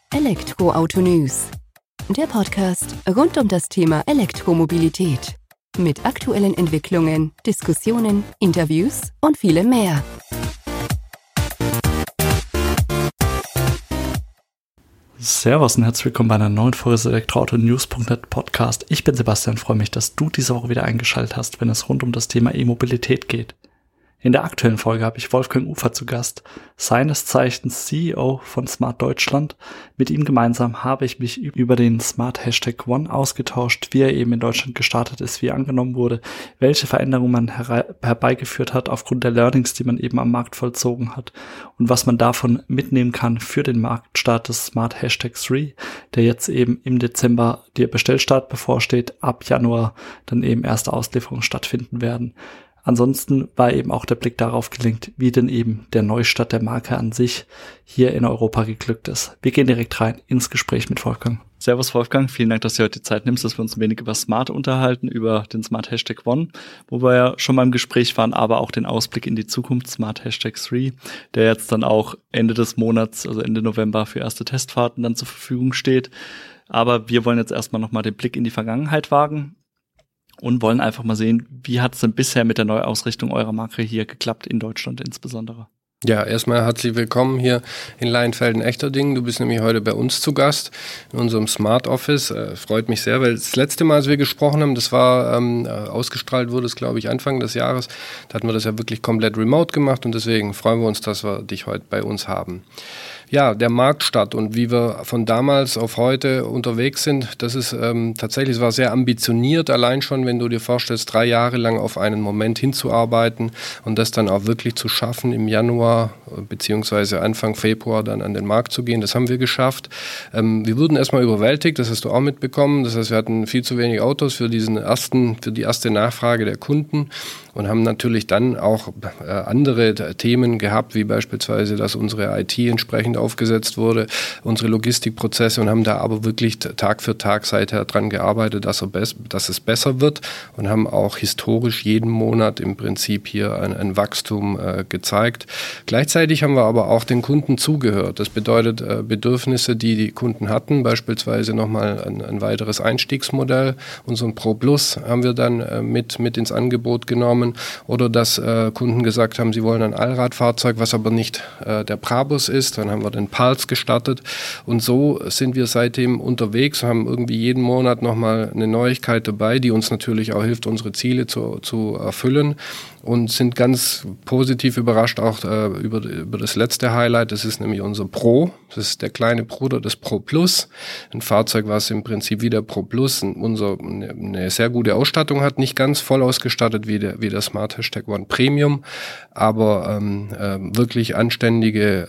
Elektroauto News, der Podcast rund um das Thema Elektromobilität. Mit aktuellen Entwicklungen, Diskussionen, Interviews und vielem mehr. Servus und herzlich willkommen bei einer neuen Folge des Elektroauto-News.net Podcast. Ich bin Sebastian, freue mich, dass du diese Woche wieder eingeschaltet hast, wenn es rund um das Thema E-Mobilität geht. In der aktuellen Folge habe ich Wolfgang Ufer zu Gast, seines Zeichens CEO von Smart Deutschland. Mit ihm gemeinsam habe ich mich über den Smart Hashtag One ausgetauscht, wie er eben in Deutschland gestartet ist, wie er angenommen wurde, welche Veränderungen man herbeigeführt hat aufgrund der Learnings, die man eben am Markt vollzogen hat und was man davon mitnehmen kann für den Marktstart des Smart Hashtag 3, der jetzt eben im Dezember der Bestellstart bevorsteht, ab Januar dann eben erste Auslieferungen stattfinden werden. Ansonsten war eben auch der Blick darauf gelenkt, wie denn eben der Neustart der Marke an sich hier in Europa geglückt ist. Wir gehen direkt rein ins Gespräch mit Wolfgang. Servus Wolfgang, vielen Dank, dass du heute die Zeit nimmst, dass wir uns ein wenig über Smart unterhalten, über den Smart Hashtag One, wo wir ja schon mal im Gespräch waren, aber auch den Ausblick in die Zukunft, Smart Hashtag 3, der jetzt dann auch Ende des Monats, also Ende November für erste Testfahrten dann zur Verfügung steht. Aber wir wollen jetzt erstmal nochmal den Blick in die Vergangenheit wagen und wollen einfach mal sehen, wie hat es denn bisher mit der Neuausrichtung eurer Marke hier geklappt, in Deutschland insbesondere? Ja, erstmal herzlich willkommen hier in Leinfelden-Echterdingen. Du bist nämlich heute bei uns zu Gast in unserem Smart Office. Freut mich sehr, weil das letzte Mal, als wir gesprochen haben, das war ausgestrahlt wurde es, glaube ich, Anfang des Jahres. Da hatten wir das ja wirklich komplett remote gemacht und deswegen freuen wir uns, dass wir dich heute bei uns haben. Ja, der Marktstart und wie wir von damals auf heute unterwegs sind, das ist tatsächlich, es war sehr ambitioniert, allein schon, wenn du dir vorstellst, 3 Jahre lang auf einen Moment hinzuarbeiten und das dann auch wirklich zu schaffen, im Januar beziehungsweise Anfang Februar dann an den Markt zu gehen. Das haben wir geschafft. Wir wurden erstmal überwältigt, das hast du auch mitbekommen. Das heißt, wir hatten viel zu wenig Autos für die erste Nachfrage der Kunden und haben natürlich dann auch andere Themen gehabt, wie beispielsweise, dass unsere IT entsprechend aufgesetzt wurde, unsere Logistikprozesse und haben da aber wirklich Tag für Tag seither dran gearbeitet, dass es besser wird und haben auch historisch jeden Monat im Prinzip hier ein Wachstum gezeigt. Gleichzeitig haben wir aber auch den Kunden zugehört. Das bedeutet Bedürfnisse, die Kunden hatten, beispielsweise nochmal ein weiteres Einstiegsmodell. Unseren Pro Plus haben wir dann mit ins Angebot genommen oder dass Kunden gesagt haben, sie wollen ein Allradfahrzeug, was aber nicht der Brabus ist. Dann haben wir den Pulse gestartet und so sind wir seitdem unterwegs, haben irgendwie jeden Monat nochmal eine Neuigkeit dabei, die uns natürlich auch hilft, unsere Ziele zu erfüllen und sind ganz positiv überrascht auch über das letzte Highlight, das ist nämlich unser Pro, das ist der kleine Bruder des Pro Plus, ein Fahrzeug, was im Prinzip wie der Pro Plus eine sehr gute Ausstattung hat, nicht ganz voll ausgestattet wie der Smart Hashtag One Premium, aber wirklich anständige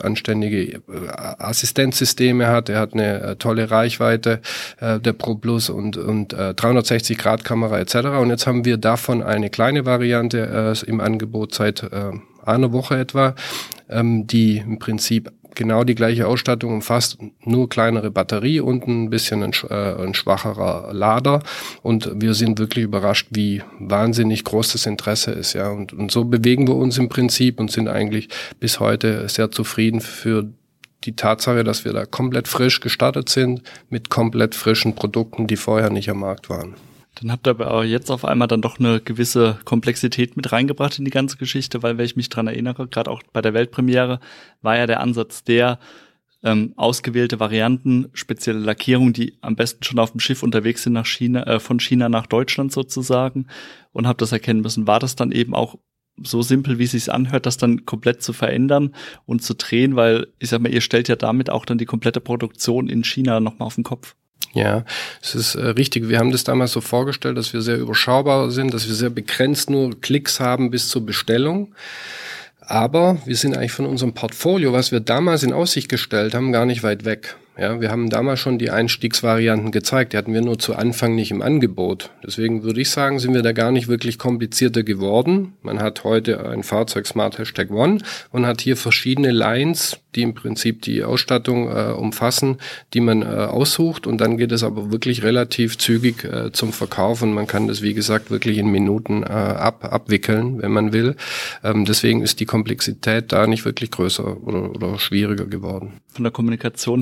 Assistenzsysteme hat. Er hat eine tolle Reichweite, der Pro Plus und 360-Grad-Kamera etc. Und jetzt haben wir davon eine kleine Variante im Angebot seit einer Woche etwa, die im Prinzip genau die gleiche Ausstattung umfasst, nur kleinere Batterie und ein bisschen ein schwacherer Lader. Und wir sind wirklich überrascht, wie wahnsinnig groß das Interesse ist. Ja. Und so bewegen wir uns im Prinzip und sind eigentlich bis heute sehr zufrieden für die Tatsache, dass wir da komplett frisch gestartet sind mit komplett frischen Produkten, die vorher nicht am Markt waren. Dann habt ihr aber auch jetzt auf einmal dann doch eine gewisse Komplexität mit reingebracht in die ganze Geschichte, weil, wenn ich mich dran erinnere, gerade auch bei der Weltpremiere, war ja der Ansatz ausgewählte Varianten, spezielle Lackierungen, die am besten schon auf dem Schiff unterwegs sind von China nach Deutschland sozusagen, und habt das erkennen müssen. War das dann eben auch so simpel, wie es sich anhört, das dann komplett zu verändern und zu drehen, weil, ich sag mal, ihr stellt ja damit auch dann die komplette Produktion in China nochmal auf den Kopf. Ja, es ist richtig. Wir haben das damals so vorgestellt, dass wir sehr überschaubar sind, dass wir sehr begrenzt nur Klicks haben bis zur Bestellung. Aber wir sind eigentlich von unserem Portfolio, was wir damals in Aussicht gestellt haben, gar nicht weit weg. Ja, wir haben damals schon die Einstiegsvarianten gezeigt, die hatten wir nur zu Anfang nicht im Angebot. Deswegen würde ich sagen, sind wir da gar nicht wirklich komplizierter geworden. Man hat heute ein Fahrzeug Smart Hashtag One und hat hier verschiedene Lines, die im Prinzip die Ausstattung umfassen, die man aussucht, und dann geht es aber wirklich relativ zügig zum Verkauf und man kann das, wie gesagt, wirklich in Minuten abwickeln, wenn man will. Deswegen ist die Komplexität da nicht wirklich größer oder schwieriger geworden. Von der Kommunikation her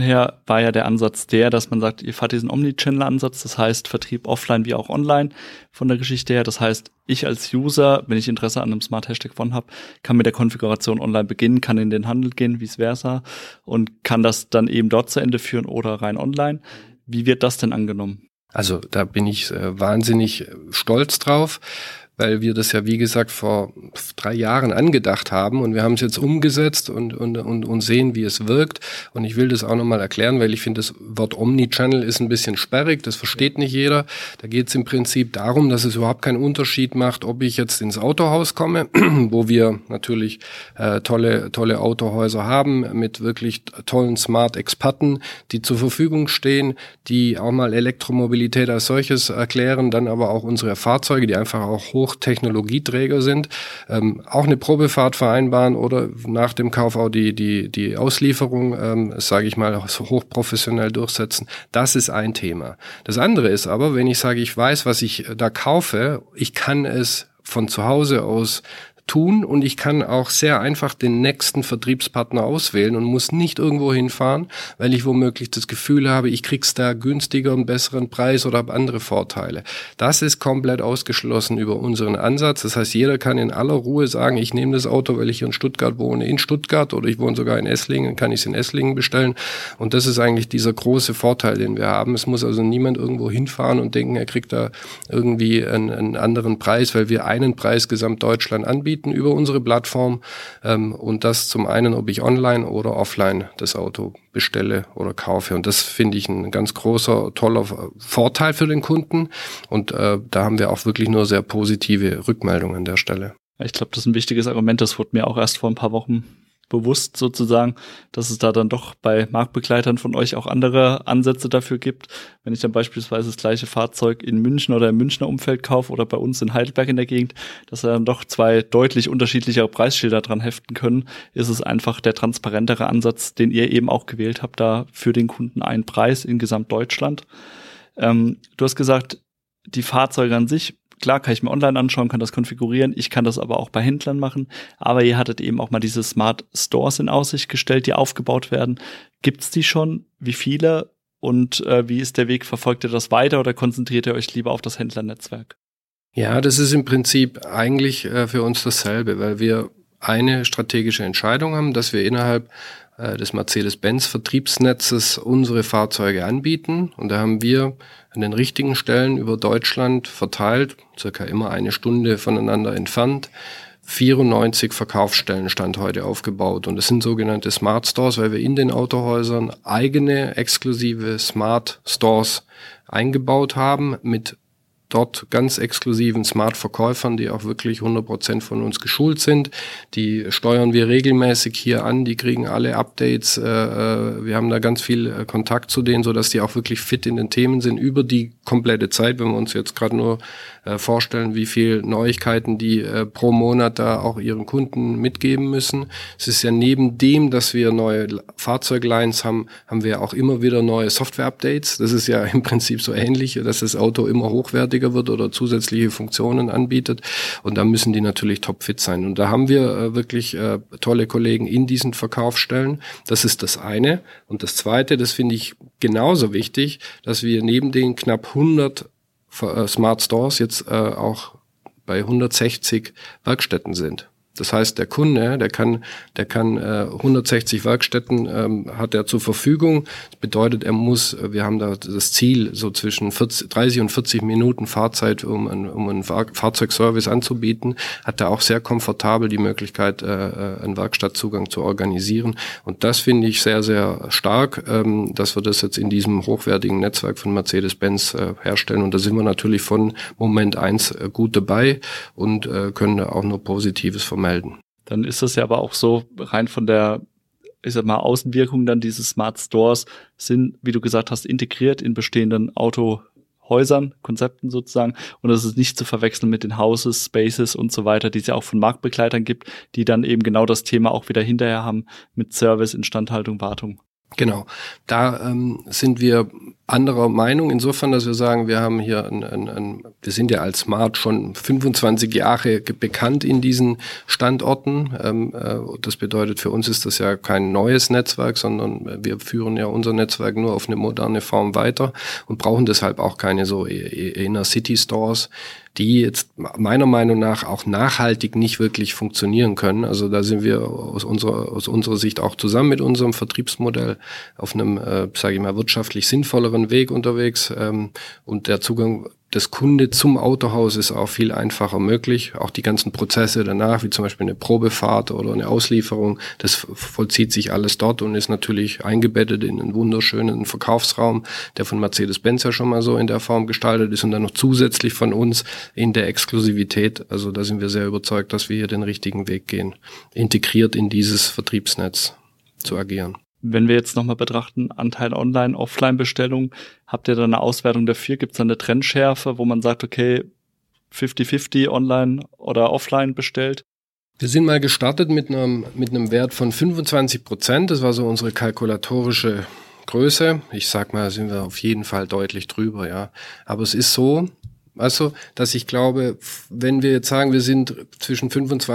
war ja der Ansatz dass man sagt, ihr fahrt diesen Omnichannel-Ansatz, das heißt Vertrieb offline wie auch online von der Geschichte her. Das heißt, ich als User, wenn ich Interesse an einem Smart Hashtag One habe, kann mit der Konfiguration online beginnen, kann in den Handel gehen, vice versa, und kann das dann eben dort zu Ende führen oder rein online. Wie wird das denn angenommen? Also da bin ich wahnsinnig stolz drauf, weil wir das ja, wie gesagt, vor 3 Jahren angedacht haben und wir haben es jetzt umgesetzt und sehen, wie es wirkt. Und ich will das auch nochmal erklären, weil ich finde, das Wort Omnichannel ist ein bisschen sperrig, das versteht nicht jeder. Da geht es im Prinzip darum, dass es überhaupt keinen Unterschied macht, ob ich jetzt ins Autohaus komme, wo wir natürlich tolle Autohäuser haben mit wirklich tollen Smart-Experten, die zur Verfügung stehen, die auch mal Elektromobilität als solches erklären, dann aber auch unsere Fahrzeuge, die einfach auch Hochtechnologieträger sind, auch eine Probefahrt vereinbaren oder nach dem Kauf auch die Auslieferung, sage ich mal, so hochprofessionell durchsetzen. Das ist ein Thema. Das andere ist aber, wenn ich sage, ich weiß, was ich da kaufe, ich kann es von zu Hause aus tun und ich kann auch sehr einfach den nächsten Vertriebspartner auswählen und muss nicht irgendwo hinfahren, weil ich womöglich das Gefühl habe, ich krieg's da günstiger, einen besseren Preis oder habe andere Vorteile. Das ist komplett ausgeschlossen über unseren Ansatz. Das heißt, jeder kann in aller Ruhe sagen, ich nehme das Auto, weil ich hier in Stuttgart wohne, in Stuttgart, oder ich wohne sogar in Esslingen, kann ich es in Esslingen bestellen. Und das ist eigentlich dieser große Vorteil, den wir haben. Es muss also niemand irgendwo hinfahren und denken, er kriegt da irgendwie einen anderen Preis, weil wir einen Preis Gesamtdeutschland anbieten über unsere Plattform, und das zum einen, ob ich online oder offline das Auto bestelle oder kaufe. Und das finde ich ein ganz großer, toller Vorteil für den Kunden. Und da haben wir auch wirklich nur sehr positive Rückmeldungen an der Stelle. Ich glaube, das ist ein wichtiges Argument. Das wurde mir auch erst vor ein paar Wochen bewusst sozusagen, dass es da dann doch bei Marktbegleitern von euch auch andere Ansätze dafür gibt. Wenn ich dann beispielsweise das gleiche Fahrzeug in München oder im Münchner Umfeld kaufe oder bei uns in Heidelberg in der Gegend, dass wir dann doch 2 deutlich unterschiedlichere Preisschilder dran heften können, ist es einfach der transparentere Ansatz, den ihr eben auch gewählt habt, da für den Kunden einen Preis in Gesamtdeutschland. Du hast gesagt, die Fahrzeuge an sich, klar, kann ich mir online anschauen, kann das konfigurieren. Ich kann das aber auch bei Händlern machen. Aber ihr hattet eben auch mal diese Smart Stores in Aussicht gestellt, die aufgebaut werden. Gibt's die schon? Wie viele? Und wie ist der Weg? Verfolgt ihr das weiter oder konzentriert ihr euch lieber auf das Händlernetzwerk? Ja, das ist im Prinzip eigentlich für uns dasselbe, weil wir eine strategische Entscheidung haben, dass wir innerhalb des Mercedes-Benz-Vertriebsnetzes unsere Fahrzeuge anbieten. Und da haben wir an den richtigen Stellen über Deutschland verteilt, circa immer 1 Stunde voneinander entfernt, 94 Verkaufsstellen Stand heute aufgebaut. Und das sind sogenannte Smart Stores, weil wir in den Autohäusern eigene exklusive Smart Stores eingebaut haben mit dort ganz exklusiven Smart-Verkäufern, die auch wirklich 100% von uns geschult sind. Die steuern wir regelmäßig hier an, die kriegen alle Updates. Wir haben da ganz viel Kontakt zu denen, sodass die auch wirklich fit in den Themen sind über die komplette Zeit. Wenn wir uns jetzt gerade nur vorstellen, wie viel Neuigkeiten die pro Monat da auch ihren Kunden mitgeben müssen. Es ist ja neben dem, dass wir neue Fahrzeuglines haben, haben wir auch immer wieder neue Software-Updates. Das ist ja im Prinzip so ähnlich, dass das Auto immer hochwertiger wird oder zusätzliche Funktionen anbietet. Und da müssen die natürlich topfit sein. Und da haben wir wirklich tolle Kollegen in diesen Verkaufsstellen. Das ist das eine. Und das zweite, das finde ich genauso wichtig, dass wir neben den knapp 100 Smart Stores jetzt auch bei 160 Werkstätten sind. Das heißt, der Kunde, der kann 160 Werkstätten hat er zur Verfügung. Das bedeutet, wir haben da das Ziel, so zwischen 30 und 40 Minuten Fahrzeit, um einen Fahrzeugservice anzubieten, hat er auch sehr komfortabel die Möglichkeit, einen Werkstattzugang zu organisieren. Und das finde ich sehr, sehr stark, dass wir das jetzt in diesem hochwertigen Netzwerk von Mercedes-Benz herstellen. Und da sind wir natürlich von Moment 1 gut dabei und können da auch nur Positives vermelden. Dann ist das ja aber auch so, rein von der, ich sag mal, Außenwirkung dann diese Smart Stores sind, wie du gesagt hast, integriert in bestehenden Autohäusern, Konzepten sozusagen. Und das ist nicht zu verwechseln mit den Houses, Spaces und so weiter, die es ja auch von Marktbegleitern gibt, die dann eben genau das Thema auch wieder hinterher haben mit Service, Instandhaltung, Wartung. Genau, da sind wir anderer Meinung, insofern, dass wir sagen, wir haben hier wir sind ja als Smart schon 25 Jahre bekannt in diesen Standorten. Das bedeutet, für uns ist das ja kein neues Netzwerk, sondern wir führen ja unser Netzwerk nur auf eine moderne Form weiter und brauchen deshalb auch keine so Inner-City-Stores, die jetzt meiner Meinung nach auch nachhaltig nicht wirklich funktionieren können. Also da sind wir aus unserer Sicht auch zusammen mit unserem Vertriebsmodell auf einem, sage ich mal, wirtschaftlich sinnvolleren Weg unterwegs. Und der Zugang des Kunde zum Autohaus ist auch viel einfacher möglich. Auch die ganzen Prozesse danach, wie zum Beispiel eine Probefahrt oder eine Auslieferung, das vollzieht sich alles dort und ist natürlich eingebettet in einen wunderschönen Verkaufsraum, der von Mercedes-Benz ja schon mal so in der Form gestaltet ist und dann noch zusätzlich von uns in der Exklusivität. Also da sind wir sehr überzeugt, dass wir hier den richtigen Weg gehen, integriert in dieses Vertriebsnetz zu agieren. Wenn wir jetzt nochmal betrachten, Anteil Online, Offline-Bestellung, habt ihr da eine Auswertung dafür? Gibt es da eine Trendschärfe, wo man sagt, okay, 50-50 online oder offline bestellt? Wir sind mal gestartet mit einem Wert von 25%. Das war so unsere kalkulatorische Größe. Ich sag mal, sind wir auf jeden Fall deutlich drüber, ja. Aber es ist so, also, dass ich glaube, wenn wir jetzt sagen, wir sind zwischen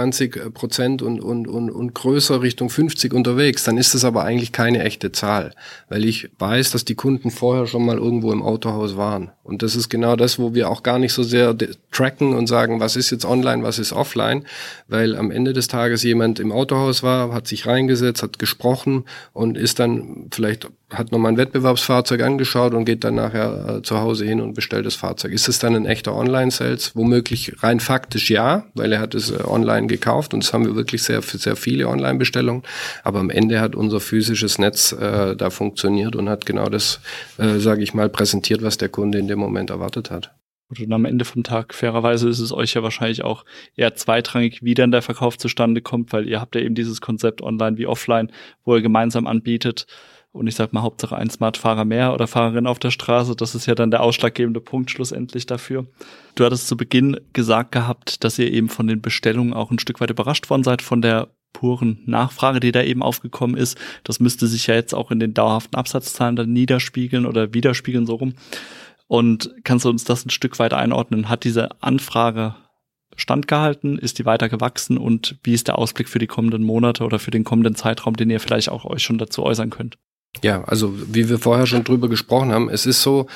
25% und größer Richtung 50 unterwegs, dann ist das aber eigentlich keine echte Zahl, weil ich weiß, dass die Kunden vorher schon mal irgendwo im Autohaus waren. Und das ist genau das, wo wir auch gar nicht so sehr tracken und sagen, was ist jetzt online, was ist offline, weil am Ende des Tages jemand im Autohaus war, hat sich reingesetzt, hat gesprochen und ist dann vielleicht, hat nochmal ein Wettbewerbsfahrzeug angeschaut und geht dann nachher zu Hause hin und bestellt das Fahrzeug. Ist es dann ein echter Online-Sales? Womöglich rein faktisch ja, weil er hat es online gekauft und das haben wir wirklich sehr viele Online-Bestellungen. Aber am Ende hat unser physisches Netz da funktioniert und hat genau das, sage ich mal, präsentiert, was der Kunde in dem Moment erwartet hat. Und am Ende vom Tag, fairerweise, ist es euch ja wahrscheinlich auch eher zweitrangig, wie dann der Verkauf zustande kommt, weil ihr habt ja eben dieses Konzept online wie offline, wo ihr gemeinsam anbietet. Und ich sag mal, Hauptsache ein Smart-Fahrer mehr oder Fahrerin auf der Straße, das ist ja dann der ausschlaggebende Punkt schlussendlich dafür. Du hattest zu Beginn gesagt gehabt, dass ihr eben von den Bestellungen auch ein Stück weit überrascht worden seid, von der puren Nachfrage, die da eben aufgekommen ist. Das müsste sich ja jetzt auch in den dauerhaften Absatzzahlen dann niederspiegeln oder widerspiegeln, so rum. Und kannst du uns das ein Stück weit einordnen? Hat diese Anfrage standgehalten? Ist die weiter gewachsen? Und wie ist der Ausblick für die kommenden Monate oder für den kommenden Zeitraum, den ihr vielleicht auch euch schon dazu äußern könnt? Ja, also wie wir vorher schon drüber gesprochen haben, es ist so,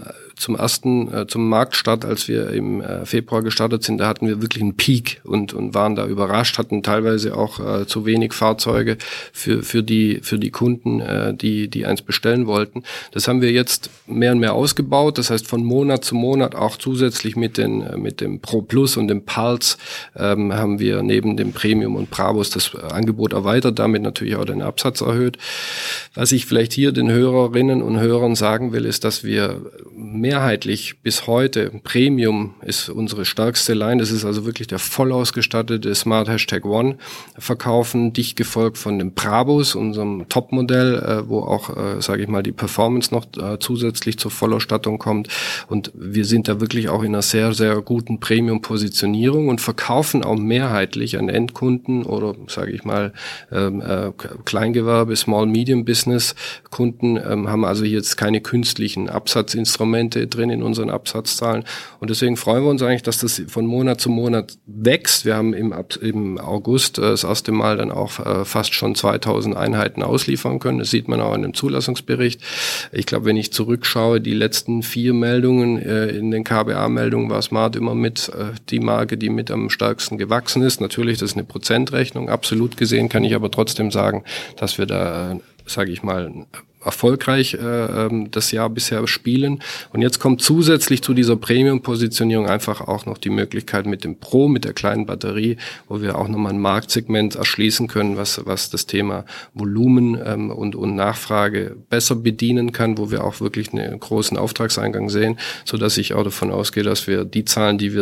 zum Marktstart, als wir im Februar gestartet sind, da hatten wir wirklich einen Peak und waren da überrascht, hatten teilweise auch zu wenig Fahrzeuge für die Kunden, die eins bestellen wollten. Das haben wir jetzt mehr und mehr ausgebaut. Das heißt, von Monat zu Monat auch zusätzlich mit dem Pro Plus und dem Pulse haben wir neben dem Premium und Brabus das Angebot erweitert, damit natürlich auch den Absatz erhöht. Was ich vielleicht hier den Hörerinnen und Hörern sagen will, ist, dass wir mehrheitlich bis heute, Premium ist unsere stärkste Line, das ist also wirklich der voll ausgestattete Smart #1, verkaufen, dicht gefolgt von dem Brabus, unserem Topmodell, wo auch, sage ich mal, die Performance noch zusätzlich zur Vollausstattung kommt. Und wir sind da wirklich auch in einer sehr, sehr guten Premium-Positionierung und verkaufen auch mehrheitlich an Endkunden oder, sage ich mal, Kleingewerbe, Small-Medium-Business-Kunden, haben also jetzt keine künstlichen Absatzinstrumente drin in unseren Absatzzahlen. Und deswegen freuen wir uns eigentlich, dass das von Monat zu Monat wächst. Wir haben im August das erste Mal dann auch fast schon 2000 Einheiten ausliefern können. Das sieht man auch in dem Zulassungsbericht. Ich glaube, wenn ich zurückschaue, die letzten 4 Meldungen in den KBA-Meldungen war Smart immer mit die Marke, die mit am stärksten gewachsen ist. Natürlich, das ist eine Prozentrechnung. Absolut gesehen kann ich aber trotzdem sagen, dass wir da, sage ich mal, erfolgreich das Jahr bisher spielen. Und jetzt kommt zusätzlich zu dieser Premium-Positionierung einfach auch noch die Möglichkeit mit dem Pro, mit der kleinen Batterie, wo wir auch nochmal ein Marktsegment erschließen können, was das Thema Volumen und Nachfrage besser bedienen kann, wo wir auch wirklich einen großen Auftragseingang sehen, sodass ich auch davon ausgehe, dass wir die Zahlen, die wir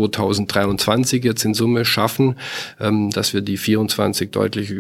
2023 jetzt in Summe schaffen, dass wir die 24 deutlich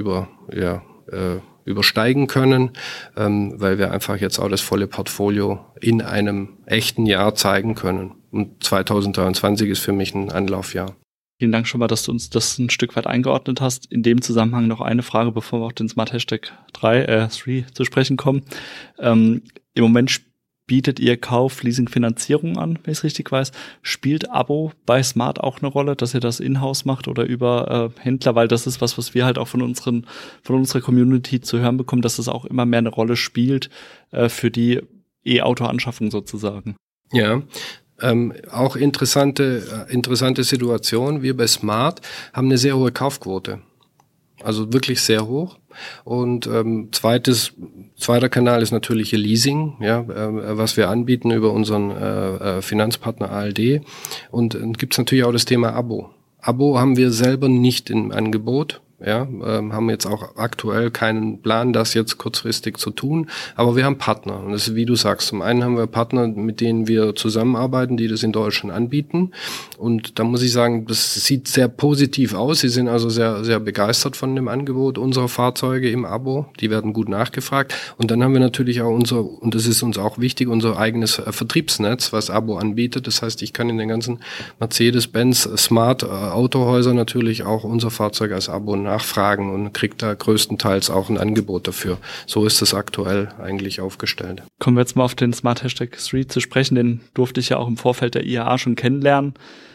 übersteigen können, weil wir einfach jetzt auch das volle Portfolio in einem echten Jahr zeigen können. Und 2023 ist für mich ein Anlaufjahr. Vielen Dank schon mal, dass du uns das ein Stück weit eingeordnet hast. In dem Zusammenhang noch eine Frage, bevor wir auf den Smart #3 zu sprechen kommen. Im Moment bietet ihr Kauf, Leasing, Finanzierung an, wenn ich es richtig weiß. Spielt Abo bei Smart auch eine Rolle, dass ihr das in-house macht oder über Händler? Weil das ist was wir halt auch von unserer Community zu hören bekommen, dass es auch immer mehr eine Rolle spielt für die E-Auto-Anschaffung sozusagen. Ja, auch interessante Situation. Wir bei Smart haben eine sehr hohe Kaufquote. Also wirklich sehr hoch. Und zweiter Kanal ist natürlich ihr Leasing, ja, was wir anbieten über unseren Finanzpartner ALD. Und gibt's natürlich auch das Thema Abo. Abo haben wir selber nicht im Angebot. Ja, haben jetzt auch aktuell keinen Plan, das jetzt kurzfristig zu tun, aber wir haben Partner. Und das ist, wie du sagst, zum einen haben wir Partner, mit denen wir zusammenarbeiten, die das in Deutschland anbieten. Und da muss ich sagen, das sieht sehr positiv aus. Sie sind also sehr, sehr begeistert von dem Angebot unserer Fahrzeuge im Abo. Die werden gut nachgefragt. Und dann haben wir natürlich auch und das ist uns auch wichtig, unser eigenes Vertriebsnetz, was Abo anbietet. Das heißt, ich kann in den ganzen Mercedes-Benz Smart Autohäuser natürlich auch unser Fahrzeug als Abo nachfragen und kriegt da größtenteils auch ein Angebot dafür. So ist es aktuell eigentlich aufgestellt. Kommen wir jetzt mal auf den Smart Hashtag 3 zu sprechen. Den durfte ich ja auch im Vorfeld der IAA schon kennenlernen.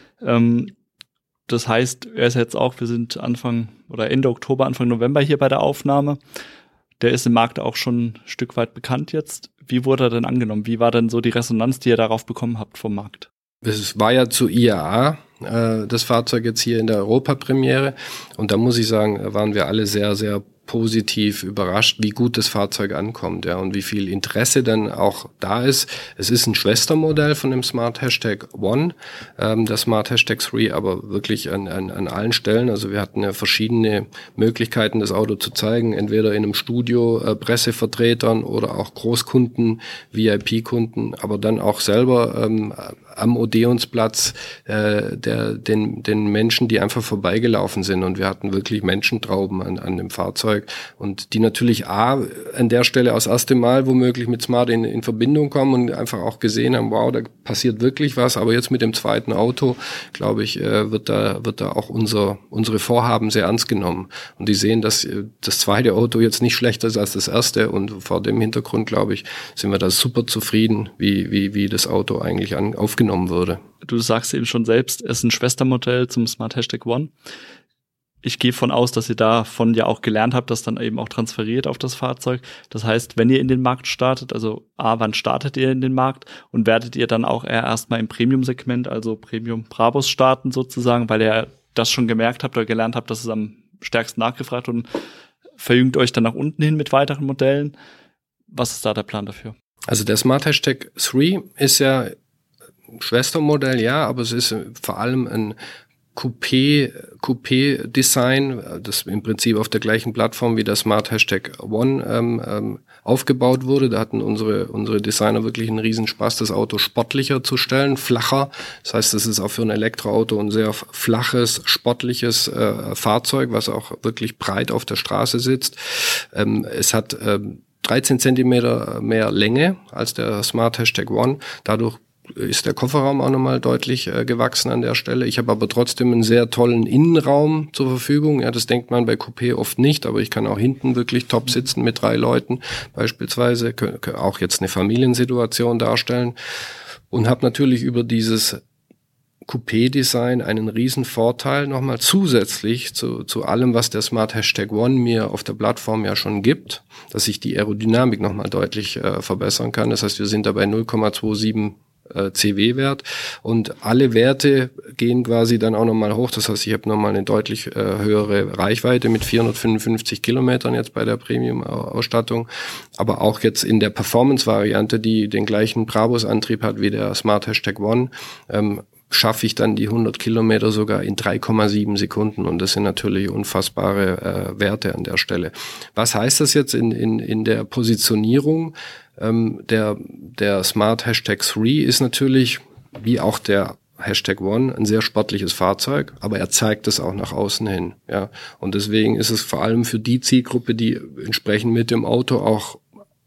Das heißt, er ist jetzt auch, wir sind Ende Oktober, Anfang November hier bei der Aufnahme. Der ist im Markt auch schon ein Stück weit bekannt jetzt. Wie wurde er denn angenommen? Wie war denn so die Resonanz, die ihr darauf bekommen habt vom Markt? Es war ja zu IAA, das Fahrzeug jetzt hier in der Europapremiere. Und da muss ich sagen, waren wir alle sehr, sehr positiv überrascht, wie gut das Fahrzeug ankommt, ja, und wie viel Interesse dann auch da ist. Es ist ein Schwestermodell von dem Smart Hashtag One, der Smart Hashtag 3, aber wirklich an allen Stellen. Also wir hatten ja verschiedene Möglichkeiten, das Auto zu zeigen, entweder in einem Studio, Pressevertretern oder auch Großkunden, VIP-Kunden, aber dann auch selber am Odeonsplatz den Menschen, die einfach vorbeigelaufen sind, und wir hatten wirklich Menschentrauben an dem Fahrzeug, und die natürlich an der Stelle aus erstem Mal womöglich mit Smart in Verbindung kommen und einfach auch gesehen haben, wow, da passiert wirklich was, aber jetzt mit dem zweiten Auto, glaube ich, wird da auch unsere Vorhaben sehr ernst genommen, und die sehen, dass das zweite Auto jetzt nicht schlechter ist als das erste, und vor dem Hintergrund, glaube ich, sind wir da super zufrieden, wie das Auto eigentlich aufgenommen wurde. Du sagst eben schon selbst, es ist ein Schwestermodell zum Smart Hashtag One. Ich gehe von aus, dass ihr davon ja auch gelernt habt, das dann eben auch transferiert auf das Fahrzeug. Das heißt, wenn ihr in den Markt startet, also wann startet ihr in den Markt, und werdet ihr dann auch eher erstmal im Premium-Segment, also Premium Brabus starten sozusagen, weil ihr das schon gemerkt habt oder gelernt habt, dass es am stärksten nachgefragt, und verjüngt euch dann nach unten hin mit weiteren Modellen. Was ist da der Plan dafür? Also der Smart Hashtag 3 ist ja Schwestermodell, ja, aber es ist vor allem ein Coupé-Design, das im Prinzip auf der gleichen Plattform wie der Smart Hashtag One aufgebaut wurde. Da hatten unsere Designer wirklich einen Riesenspaß, das Auto sportlicher zu stellen, flacher. Das heißt, das ist auch für ein Elektroauto ein sehr flaches, sportliches Fahrzeug, was auch wirklich breit auf der Straße sitzt. Es hat 13 Zentimeter mehr Länge als der Smart Hashtag One. Dadurch ist der Kofferraum auch nochmal deutlich gewachsen an der Stelle. Ich habe aber trotzdem einen sehr tollen Innenraum zur Verfügung. Ja, das denkt man bei Coupé oft nicht, aber ich kann auch hinten wirklich top sitzen mit 3 Leuten beispielsweise, auch jetzt eine Familiensituation darstellen, und habe natürlich über dieses Coupé-Design einen riesen Vorteil nochmal zusätzlich zu allem, was der Smart Hashtag One mir auf der Plattform ja schon gibt, dass ich die Aerodynamik nochmal deutlich verbessern kann. Das heißt, wir sind dabei 0,27 CW-Wert, und alle Werte gehen quasi dann auch nochmal hoch. Das heißt, ich habe nochmal eine deutlich höhere Reichweite mit 455 Kilometern jetzt bei der Premium-Ausstattung, aber auch jetzt in der Performance-Variante, die den gleichen Brabus-Antrieb hat wie der Smart Hashtag One, schaffe ich dann die 100 Kilometer sogar in 3,7 Sekunden, und das sind natürlich unfassbare Werte an der Stelle. Was heißt das jetzt in der Positionierung? Der Smart Hashtag 3 ist natürlich, wie auch der Hashtag One, ein sehr sportliches Fahrzeug, aber er zeigt es auch nach außen hin, ja. Und deswegen ist es vor allem für die Zielgruppe, die entsprechend mit dem Auto auch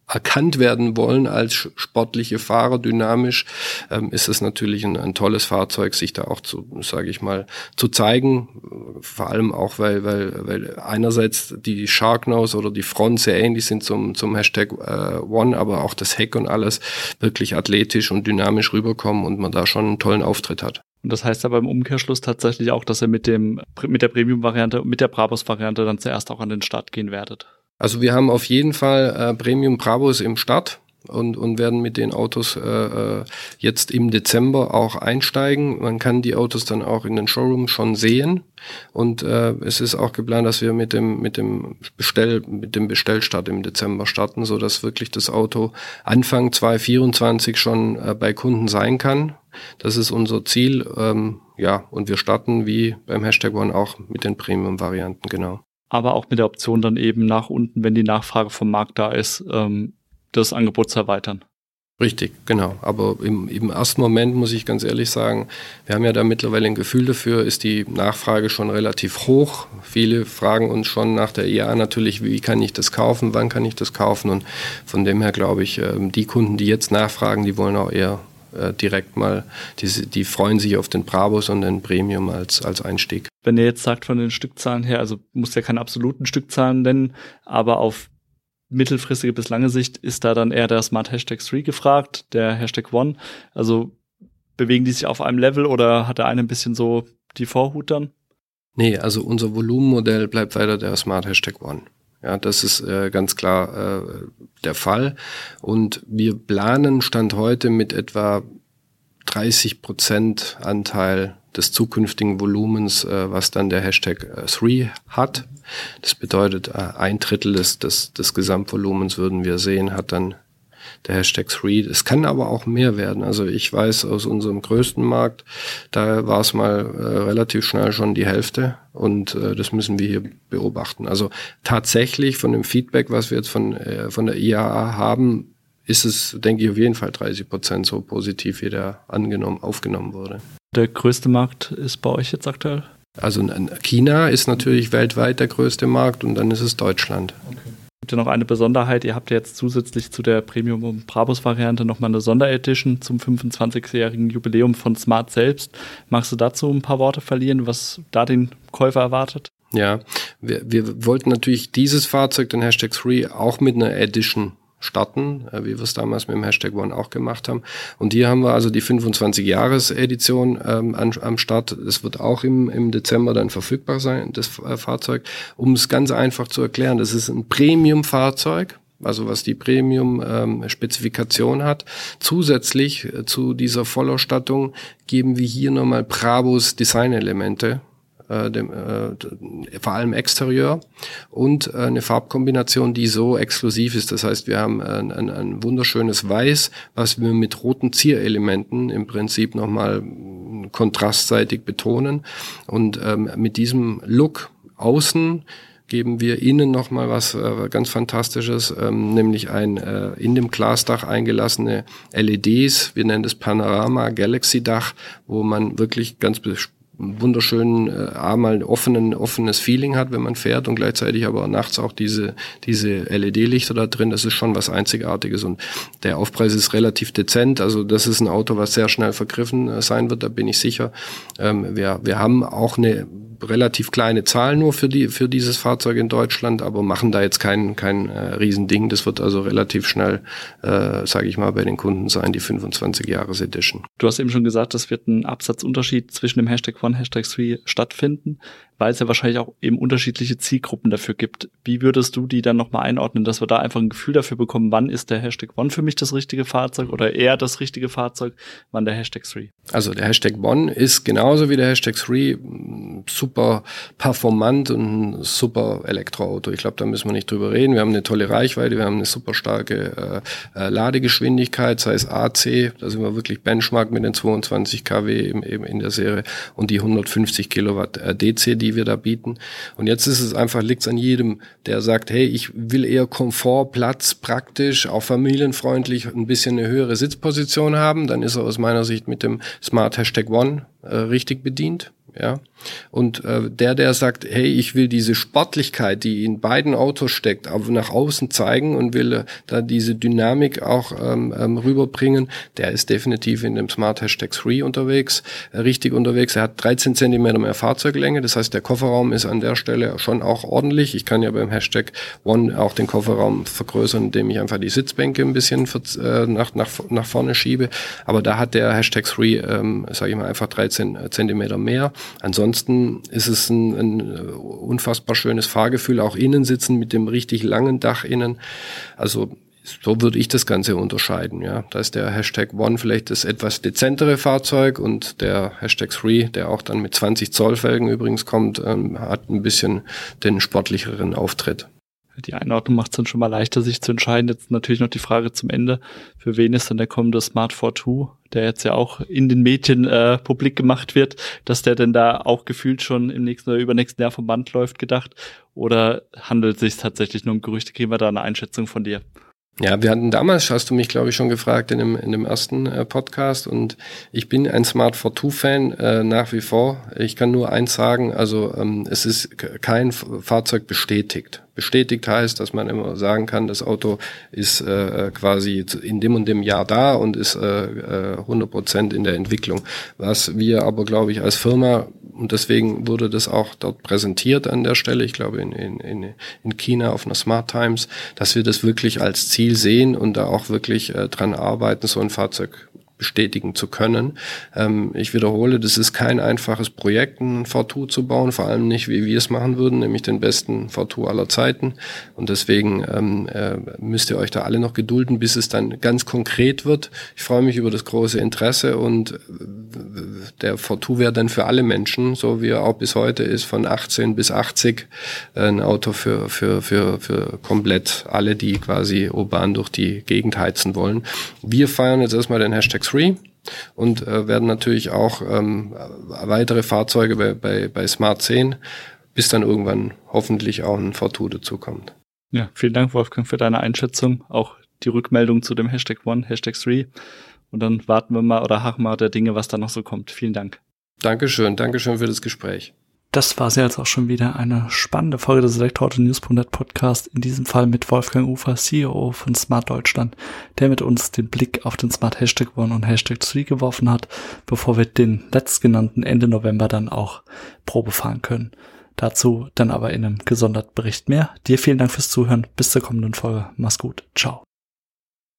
erkannt werden wollen als sportliche Fahrer, dynamisch, ist es natürlich ein tolles Fahrzeug, sich da auch zu zeigen. Vor allem auch, weil einerseits die Sharknose oder die Front sehr ähnlich sind zum Hashtag One, aber auch das Heck und alles wirklich athletisch und dynamisch rüberkommen und man da schon einen tollen Auftritt hat. Und das heißt aber im Umkehrschluss tatsächlich auch, dass ihr mit der Premium-Variante, mit der Brabus-Variante dann zuerst auch an den Start gehen werdet. Also wir haben auf jeden Fall Premium Brabus im Start und werden mit den Autos jetzt im Dezember auch einsteigen. Man kann die Autos dann auch in den Showroom schon sehen und es ist auch geplant, dass wir mit dem Bestellstart im Dezember starten, so dass wirklich das Auto Anfang 2024 schon bei Kunden sein kann. Das ist unser Ziel, und wir starten wie beim Hashtag One auch mit den Premium-Varianten, genau. Aber auch mit der Option dann eben nach unten, wenn die Nachfrage vom Markt da ist, das Angebot zu erweitern. Richtig, genau. Aber im ersten Moment muss ich ganz ehrlich sagen, wir haben ja da mittlerweile ein Gefühl dafür, ist die Nachfrage schon relativ hoch. Viele fragen uns schon nach der IAA natürlich, wie kann ich das kaufen, wann kann ich das kaufen? Und von dem her glaube ich, die Kunden, die jetzt nachfragen, die wollen auch eher direkt mal, die freuen sich auf den Brabus und den Premium als Einstieg. Wenn ihr jetzt sagt von den Stückzahlen her, also muss ja keine absoluten Stückzahlen nennen, aber auf mittelfristige bis lange Sicht ist da dann eher der Smart Hashtag 3 gefragt, der Hashtag One. Also bewegen die sich auf einem Level oder hat der eine ein bisschen so die Vorhut dann? Nee, also unser Volumenmodell bleibt weiter der Smart Hashtag One. Ja, das ist ganz klar der Fall. Und wir planen Stand heute mit etwa 30% Anteil des zukünftigen Volumens, was dann der Hashtag 3 hat. Das bedeutet, 1/3 des Gesamtvolumens würden wir sehen, hat dann der Hashtag 3. Es kann aber auch mehr werden. Also ich weiß aus unserem größten Markt, da war es mal relativ schnell schon die Hälfte und das müssen wir hier beobachten. Also tatsächlich von dem Feedback, was wir jetzt von der IAA haben, ist es, denke ich, auf jeden Fall 30% so positiv, wie der aufgenommen wurde. Der größte Markt ist bei euch jetzt aktuell? Also China ist natürlich weltweit der größte Markt und dann ist es Deutschland. Okay. Es gibt ja noch eine Besonderheit, ihr habt ja jetzt zusätzlich zu der Premium- und Brabus-Variante nochmal eine Sonderedition zum 25-jährigen Jubiläum von Smart selbst. Magst du dazu ein paar Worte verlieren, was da den Käufer erwartet? Ja, wir wollten natürlich dieses Fahrzeug, den Hashtag 3, auch mit einer Edition starten, wie wir es damals mit dem Hashtag One auch gemacht haben. Und hier haben wir also die 25-Jahres-Edition am Start. Es wird auch im Dezember dann verfügbar sein, das Fahrzeug. Um es ganz einfach zu erklären, das ist ein Premium-Fahrzeug, also was die Premium-Spezifikation hat. Zusätzlich zu dieser Vollausstattung geben wir hier nochmal Brabus Designelemente, vor allem Exterieur und eine Farbkombination, die so exklusiv ist. Das heißt, wir haben ein wunderschönes Weiß, was wir mit roten Zierelementen im Prinzip nochmal kontrastseitig betonen. Und mit diesem Look außen geben wir innen nochmal was ganz Fantastisches, nämlich in dem Glasdach eingelassene LEDs. Wir nennen das Panorama Galaxy Dach, wo man wirklich ganz wunderschönen, mal offenes Feeling hat, wenn man fährt und gleichzeitig aber nachts auch diese LED-Lichter da drin. Das ist schon was Einzigartiges und der Aufpreis ist relativ dezent. Also das ist ein Auto, was sehr schnell vergriffen sein wird, da bin ich sicher. Wir haben auch eine relativ kleine Zahl nur für dieses Fahrzeug in Deutschland, aber machen da jetzt kein Riesending. Das wird also relativ schnell, sage ich mal, bei den Kunden sein, die 25-Jahres-Edition. Du hast eben schon gesagt, es wird ein Absatzunterschied zwischen dem Hashtag One, Hashtag 3 stattfinden, weil es ja wahrscheinlich auch eben unterschiedliche Zielgruppen dafür gibt. Wie würdest du die dann nochmal einordnen, dass wir da einfach ein Gefühl dafür bekommen, wann ist der Hashtag One für mich das richtige Fahrzeug oder eher das richtige Fahrzeug, wann der Hashtag 3? Also der Hashtag One ist genauso wie der Hashtag 3 super performant und ein super Elektroauto. Ich glaube, da müssen wir nicht drüber reden. Wir haben eine tolle Reichweite, wir haben eine super starke Ladegeschwindigkeit, sei es AC, da sind wir wirklich Benchmark mit den 22 kW eben in der Serie und die 150 Kilowatt DC, die wir da bieten. Und jetzt ist es einfach, liegt es an jedem, der sagt, hey, ich will eher Komfort, Platz, praktisch, auch familienfreundlich, ein bisschen eine höhere Sitzposition haben. Dann ist er aus meiner Sicht mit dem Smart Hashtag One richtig bedient. Ja, und der sagt, hey, ich will diese Sportlichkeit, die in beiden Autos steckt, aber nach außen zeigen und will da diese Dynamik auch rüberbringen, der ist definitiv in dem Smart Hashtag 3 unterwegs, richtig unterwegs. Er hat 13 Zentimeter mehr Fahrzeuglänge, das heißt, der Kofferraum ist an der Stelle schon auch ordentlich. Ich kann ja beim Hashtag One auch den Kofferraum vergrößern, indem ich einfach die Sitzbänke ein bisschen nach vorne schiebe, aber da hat der Hashtag 3, sage ich mal, einfach 13 Zentimeter mehr. Ansonsten ist es ein unfassbar schönes Fahrgefühl, auch innen sitzen mit dem richtig langen Dach innen. Also so würde ich das Ganze unterscheiden. Ja, da ist der Hashtag One vielleicht das etwas dezentere Fahrzeug und der Hashtag 3, der auch dann mit 20 Zoll Felgen übrigens kommt, hat ein bisschen den sportlicheren Auftritt. Die Einordnung macht es dann schon mal leichter, sich zu entscheiden. Jetzt natürlich noch die Frage zum Ende. Für wen ist dann der kommende Smart Fortwo, der jetzt ja auch in den Medien publik gemacht wird, dass der denn da auch gefühlt schon im nächsten oder übernächsten Jahr vom Band läuft, gedacht? Oder handelt es sich tatsächlich nur um Gerüchte? Kriegen wir da eine Einschätzung von dir? Ja, wir hatten damals, hast du mich, glaube ich, schon gefragt in dem ersten Podcast, und ich bin ein Smart Fortwo-Fan nach wie vor. Ich kann nur eins sagen, also es ist kein Fahrzeug bestätigt. Bestätigt heißt, dass man immer sagen kann, das Auto ist quasi in dem und dem Jahr da und ist 100% in der Entwicklung. Was wir aber, glaube ich, als Firma, und deswegen wurde das auch dort präsentiert an der Stelle, ich glaube in China auf einer Smart Times, dass wir das wirklich als Ziel sehen und da auch wirklich dran arbeiten, so ein Fahrzeug bestätigen zu können. Ich wiederhole, das ist kein einfaches Projekt, ein Fortwo zu bauen, vor allem nicht, wie wir es machen würden, nämlich den besten Fortwo aller Zeiten. Und deswegen müsst ihr euch da alle noch gedulden, bis es dann ganz konkret wird. Ich freue mich über das große Interesse, und der Fortwo wäre dann für alle Menschen, so wie er auch bis heute ist, von 18 bis 80, ein Auto für komplett alle, die quasi urban durch die Gegend heizen wollen. Wir feiern jetzt erstmal den Hashtag 3 und werden natürlich auch weitere Fahrzeuge bei Smart 10, bis dann irgendwann hoffentlich auch ein Fortwo dazukommt. Ja, vielen Dank, Wolfgang, für deine Einschätzung, auch die Rückmeldung zu dem Hashtag One, Hashtag 3. Und dann warten wir mal oder harren mal der Dinge, was da noch so kommt. Vielen Dank. Dankeschön für das Gespräch. Das war sie jetzt auch schon wieder, eine spannende Folge des Elektroauto-News.net Podcast, in diesem Fall mit Wolfgang Ufer, CEO von Smart Deutschland, der mit uns den Blick auf den Smart Hashtag One und Hashtag 3 geworfen hat, bevor wir den letztgenannten Ende November dann auch Probe fahren können. Dazu dann aber in einem gesonderten Bericht mehr. Dir vielen Dank fürs Zuhören, bis zur kommenden Folge. Mach's gut, ciao.